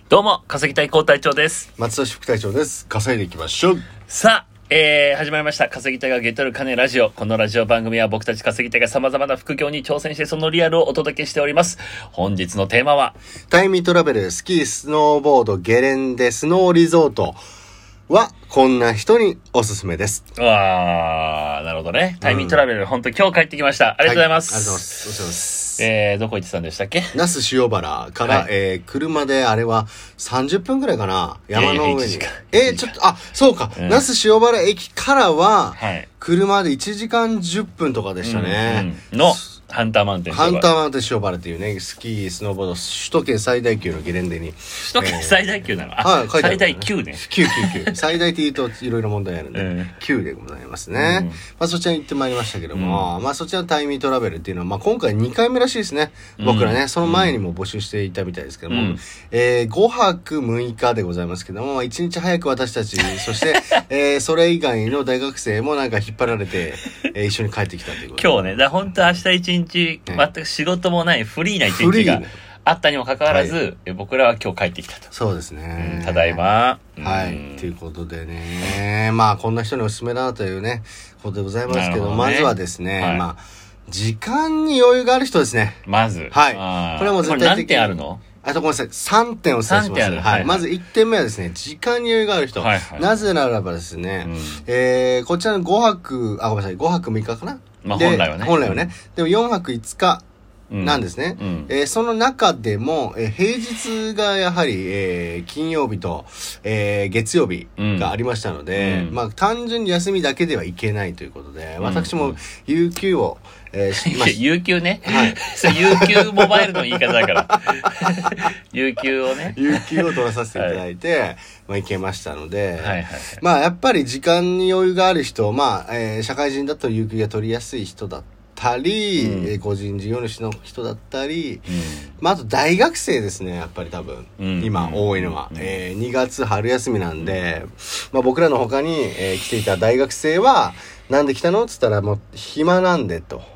どうも、稼ぎたい高隊長です。 松田副隊長です。稼いでいきましょう。 さあ、始まりました。稼ぎたいがゲットる金ラジオ。このラジオ番組は僕たち稼ぎたいが様々な副業に挑戦してそのリアルをお届けしております。本日のテーマは、 タイミートラベル、スキー、スノーボード、ゲレンデ、スノーリゾートは、こんな人におすすめです。 なるほどね。タイミートラベル、本当今日帰ってきました。ありがとうございます。 ありがとうございます。お世話様です。 どこ行ってたんでしたっけ？ 那須塩原から、車であれは30分くらいかな、山の上に。ちょっと、そうか、那須塩原駅からは、車で1時間10分とかでしたね。 の、ハンターマウンテン塩原っていうね、スキー、スノーボード、首都圏最大級のゲレンデに。 首都圏最大級なの？最大級ね。 9。最大って言うといろいろ問題あるんで、9でございますね。そちらに行ってまいりましたけども、そちらのタイミートラベルっていうのは、今回2回目らしいですね。僕らね、その前にも募集していたみたいですけども、5泊6日でございますけども、1日早く私たち、そして、それ以外の大学生もなんか引っ張られて、一緒に帰ってきたということで。 今日ね、本当明日1日、全く仕事もないフリーな1日があったにもかかわらず、僕らは今日帰ってきたと。 そうですね。 ただいま。 はい。ということでね、こんな人におすすめだなというね、ことでございますけど、まずはですね、時間に余裕がある人ですね。 まず。 はい。これはもう絶対的に。 何点あるの？ ごめんなさい。3点お伝えします。はい。まず1点目はですね、時間に余裕がある人。なぜならばですね、こちらの5泊6日かな？ 本来はね。 でも4泊5日なんですね。その中でも、平日がやはり、金曜日と、月曜日がありましたので、単純に休みだけではいけないということで、私も有給を、 有給ね。はい。それ有給モバイルの言い方だから。有給をね。 有給を取らさせていただいて、行けましたので、やっぱり時間に余裕がある人、社会人だと有給が取りやすい人だったり、個人事業主の人だったり、あと大学生ですね、やっぱり多分、今多いのは。2月春休みなんで、僕らの他に、来ていた大学生は、なんで来たのって言ったら、もう暇なんでと。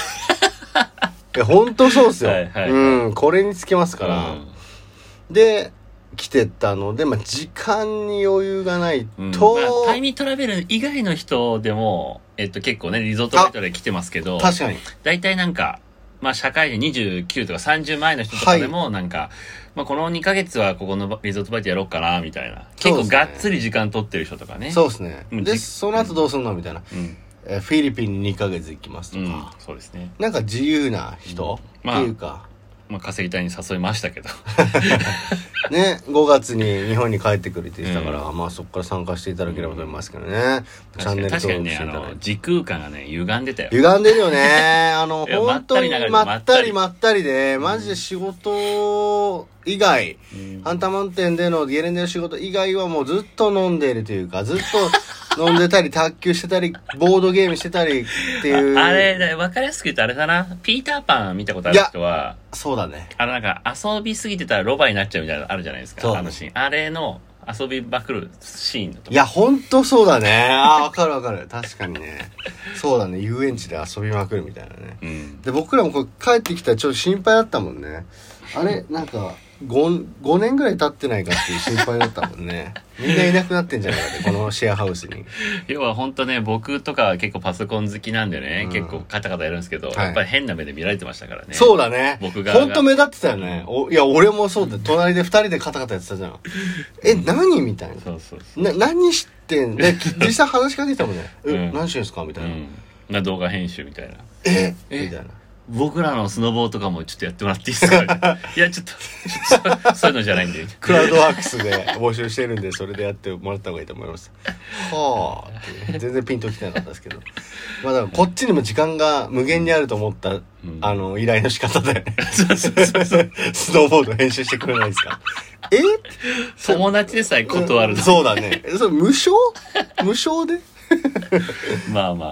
本当そうですよ。これにつけますから。で、来てたので、時間に余裕がないと、 タイミートラベル以外の人でも、結構ね、リゾートバイトで来てますけど、 確かに。 大体なんか、社会人29とか30前の人とかでも、なんか、この2ヶ月はここのリゾートバイトやろうかな、みたいな。結構がっつり時間取ってる人とかね。 そうですね。で、その後どうすんのみたいな。フィリピンに2ヶ月行きますとか。 そうですね。 なんか自由な人っていうか。 稼ぎたいに誘いましたけど。 ね、5月に日本に帰ってくるって言ってたから、そこから参加していただければと思いますけどね。チャンネル登録していただいて。 時空間がね、歪んでたよ。 歪んでるよね。本当にまったりで、マジで仕事以外、ハンターマウンテンでのゲレンデの仕事以外はもうずっと飲んでいるというか、ずっと飲んでたり、卓球してたり、ボードゲームしてたりっていう。 あれ、わかりやすく言うとあれかな。ピーターパン見たことある人は、 そうだね。 なんか遊びすぎてたらロバになっちゃうみたいなのあるじゃないですか。あのシーン。あれの遊びまくるシーンのとこ。 いや、ほんとそうだね。わかる。確かにね。そうだね。遊園地で遊びまくるみたいなね。で、僕らも帰ってきたらちょっと心配だったもんね。あれなんか、5年ぐらい経ってないかっていう心配だったもんね。みんないなくなってんじゃないかって、このシェアハウスに。 要は本当ね、僕とかは結構パソコン好きなんでね、結構カタカタやるんですけど、やっぱり変な目で見られてましたからね。 そうだね。 僕が。 本当目立ってたよね。いや、俺もそうで、隣で2人でカタカタやってたじゃん。何みたいな。 そう。 何してんで、実際話しかけてたもんね。何してんすかみたいな。 動画編集みたいな。 みたいな。 僕らのスノボーとかもちょっとやってもらっていいですか？いや、ちょっと、そういうのじゃないんで。 クラウドワークスで募集してるんで、それでやってもらった方がいいと思います。はぁって。全然ピンときてなかったですけど。だからこっちにも時間が無限にあると思った、依頼の仕方で。スノーボード編集してくれないですか？ 友達でさえ断るの。 そうだね。無償でだから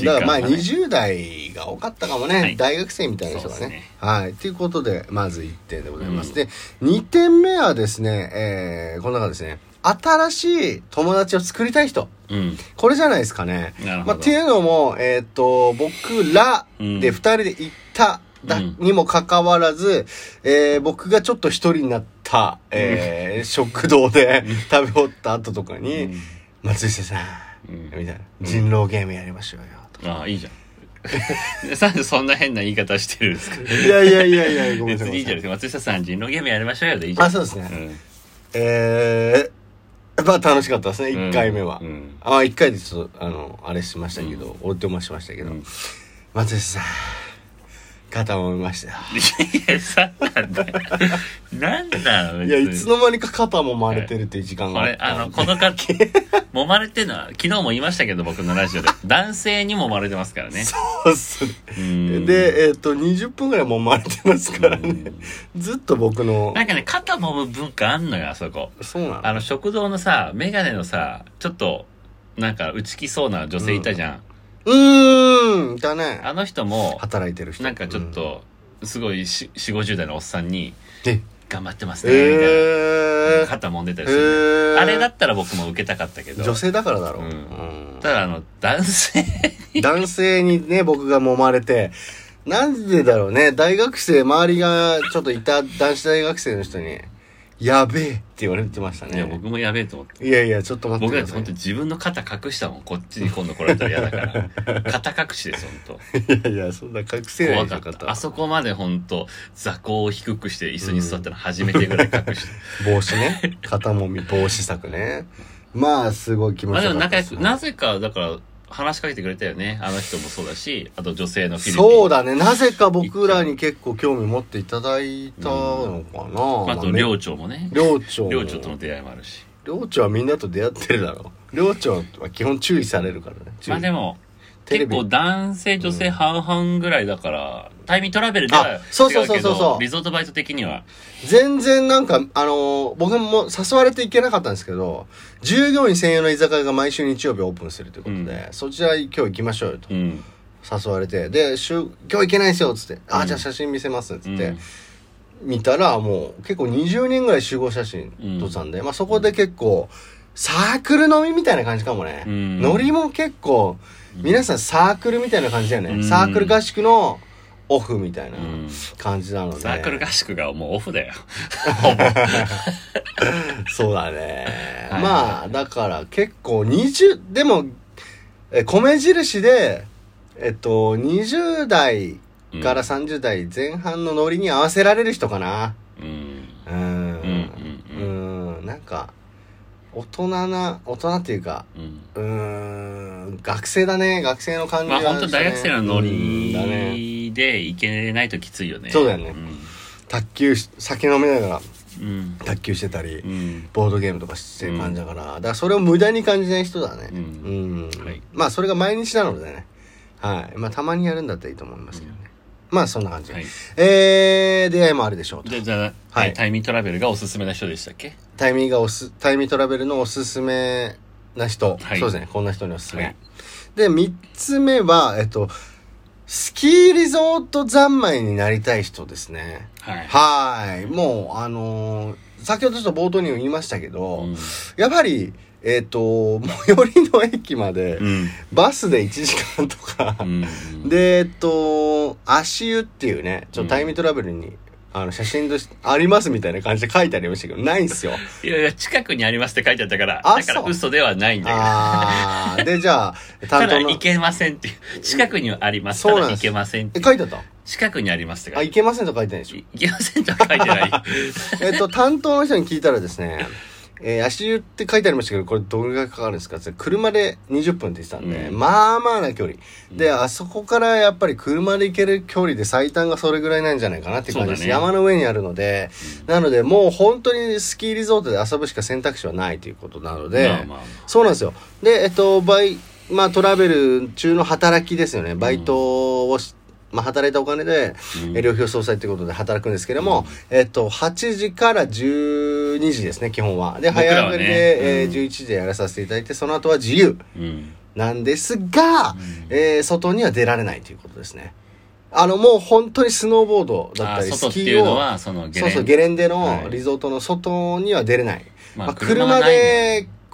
20代が多かったかもね。大学生みたいな人がね。はい。ということで、まず1点でございます。で、2点目はですね、この中ですね、新しい友達を作りたい人。これじゃないですかね。っていうのも、僕らで2人で行ったにもかかわらず、僕がちょっと一人になってた、食堂で食べ終わった後とかに、松下さん、みたいな、人狼ゲームやりましょうよとか。 ああ、いいじゃん。なんでそんな変な言い方してるんですか。 いや、ごめんなさい。 別にいいじゃないですか。松下さん、人狼ゲームやりましょうよでいいじゃん。 あ、そうですね。まあ楽しかったですね、1回目は。1回でちょっと、あれしましたけど、お手もしましたけど、松下さん、肩もみましたよ。 いや、そうなんだよ。なんだろう、 いや、いつの間にか肩もまれてるっていう時間があった。 この肩、揉まれてるのは、昨日も言いましたけど、僕のラジオで。男性にも揉まれてますからね。 そうっすね。で、20分ぐらい揉まれてますからね。ずっと僕の。 なんかね、肩揉む文化あんのよ、あそこ。 そうなの？ 食堂のさ、メガネのさ、ちょっと、なんか、内気そうな女性いたじゃん。 いたね。 あの人も、 働いてる人。 なんかちょっと、すごい4、50代のおっさんに、頑張ってますね、みたいな。肩揉んでたりする。あれだったら僕も受けたかったけど。 女性だからだろう。 ただ男性にね、僕が揉まれて、なんでだろうね、大学生、周りがちょっといた男子大学生の人に、やべえって言われてましたね。 いや、僕もやべえと思って。 いや、ちょっと待ってください。 僕だって本当に自分の肩隠したもん。こっちに今度来られたら嫌だから。肩隠しです、本当。いや、そんな隠せないでしょ、 肩。あそこまで本当座高を低くして椅子に座ったの初めてぐらい隠して。 帽子ね。肩もみ防止策ね。まあ、すごい気持ちよかったですね。 でもなぜか、だから、話しかけてくれたよね。あの人もそうだし、あと女性のフィリピン。 そうだね。なぜか僕らに結構興味持っていただいたのかな。 あと寮長もね。 寮長との出会いもあるし。 寮長はみんなと出会ってるだろう。寮長は基本注意されるからね。 まあでも、結構男性女性半々ぐらいだから、タイミートラベルでは違うけど、リゾートバイト的には。 全然なんか、僕も誘われて行けなかったんですけど、従業員専用の居酒屋が毎週日曜日オープンするということで、そちら今日行きましょうよと。誘われて、で、今日行けないですよ、つって。じゃあ写真見せます、つって。見たら、もう結構20人ぐらい集合写真撮ってたんで、まあそこで結構、サークル飲みみたいな感じかもね。ノリも結構、皆さんサークルみたいな感じだよね。サークル合宿のオフみたいな感じなので。 サークル合宿がもうオフだよ。 そうだね。まあ、だから結構でも、米印で、20代から30代前半のノリに合わせられる人かな。なんか、大人っていうか、学生だね。学生の感じが、ね。 まあ本当大学生のノリで行けないときついよね。 そうだよね。酒飲みながら、卓球してたり、ボードゲームとかしてる感じだから、だからそれを無駄に感じない人だね。まあそれが毎日なのでね。はい。まあたまにやるんだったらいいと思いますけどね。まあそんな感じ。出会いもあるでしょうと。 じゃあ、タイミートラベルがおすすめな人でしたっけ？ タイミートラベルのおすすめな人。そうですね。こんな人におすすめ。で、3つ目は、スキーリゾート三昧になりたい人ですね。はい。もう、先ほどちょっと冒頭にも言いましたけど、やはり、最寄りの駅まで、バスで1時間とか、で、足湯っていうね、タイミートラベルに、写真としてありますみたいな感じで書いてありましたけど、ないんですよ。 いや、近くにありますって書いてあったから、だから嘘ではないんだけど。 で、じゃあ、 ただ行けませんっていう。近くにはあります。ただ行けませんって。 書いてあった？ 近くにありますって書いてある。 行けませんと書いてないでしょ？ 行けませんとは書いてない。 担当の人に聞いたらですね、足湯って書いてありましたけど、これどれぐらいかかるんですかって、車で20分って言ってたんで、まあまあな距離。で、あそこからやっぱり車で行ける距離で最短がそれぐらいなんじゃないかなっていう感じです。山の上にあるので、なのでもう本当にスキーリゾートで遊ぶしか選択肢はないということなので、そうなんですよ。で、まあトラベル中の働きですよね。バイトを働いたお金で、旅費総裁ということで働くんですけども、8時から12時ですね、基本は。で、早上がりで、11時でやらさせていただいて、その後は自由なんですが、外には出られないということですね。もう本当にスノーボードだったり、スキーを、ゲレンデのリゾートの外には出れない。まあ、車で来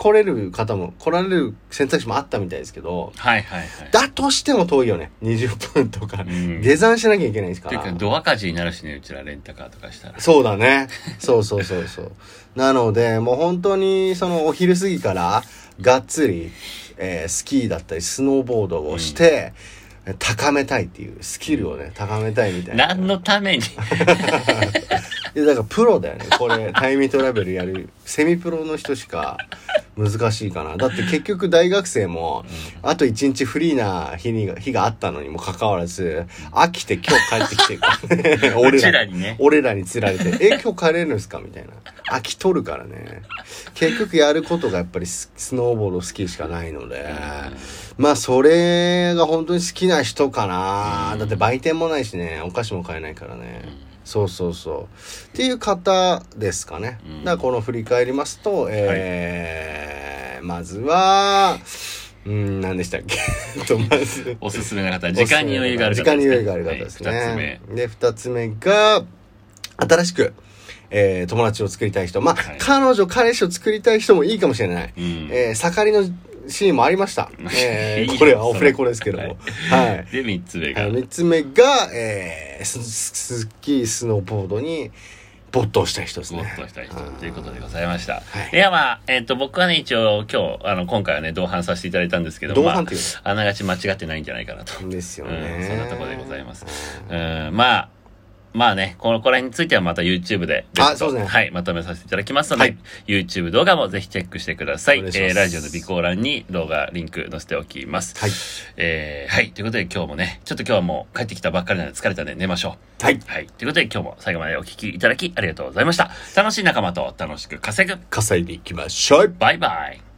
来られる選択肢もあったみたいですけど、 はいはいはい。 だとしても遠いよね。20分とか。下山しなきゃいけないですから。 ていうか、ド赤字になるしね、うちらレンタカーとかしたら。 そうだね。そう。なので、もう本当に、お昼過ぎから、がっつり、スキーだったり、スノーボードをして、高めたいっていう、スキルをね、高めたいみたいな。 何のためにいやだからプロだよねこれタイムトラベルやるセミプロの人しか難しいかな。だって結局大学生もあと1日フリーな日があったのにもかかわらず飽きて今日帰ってきてるからね俺らに釣られて今日帰れるんですかみたいな飽きとるからね。結局やることがやっぱりスノーボードスキーしかないので、まあそれが本当に好きな人かな。だって売店もないしね、お菓子も買えないからね。そうっていう方ですかね。だからこの振り返りますと、まずは何でしたっけまずおすすめな方、時間に余裕がある方ですね。で2つ目が新しく友達を作りたい人、彼氏を作りたい人もいいかもしれない。盛りのシーンもありました。これはオフレコですけども。はい。 で、3つ目が。 3つ目が、スキー、スノーボードに没頭したい人ですね。 没頭したい人ということでございました。いや、僕はね、一応、今回はね、同伴させていただいたんですけど、 同伴っていうのあながち間違ってないんじゃないかなと。 ですよね。 そんなところでございます。まあね、この辺についてはまた YouTube でそうですね。 はい、まとめさせていただきますので、YouTube 動画もぜひチェックしてください。ラジオの備考欄に動画リンク載せておきます。はい。はい、ということで今日もね、今日はもう帰ってきたばっかりなので疲れたので寝ましょう。はい。はい。ということで今日も最後までお聞きいただきありがとうございました。楽しい仲間と楽しく稼いでいきましょう。バイバイ。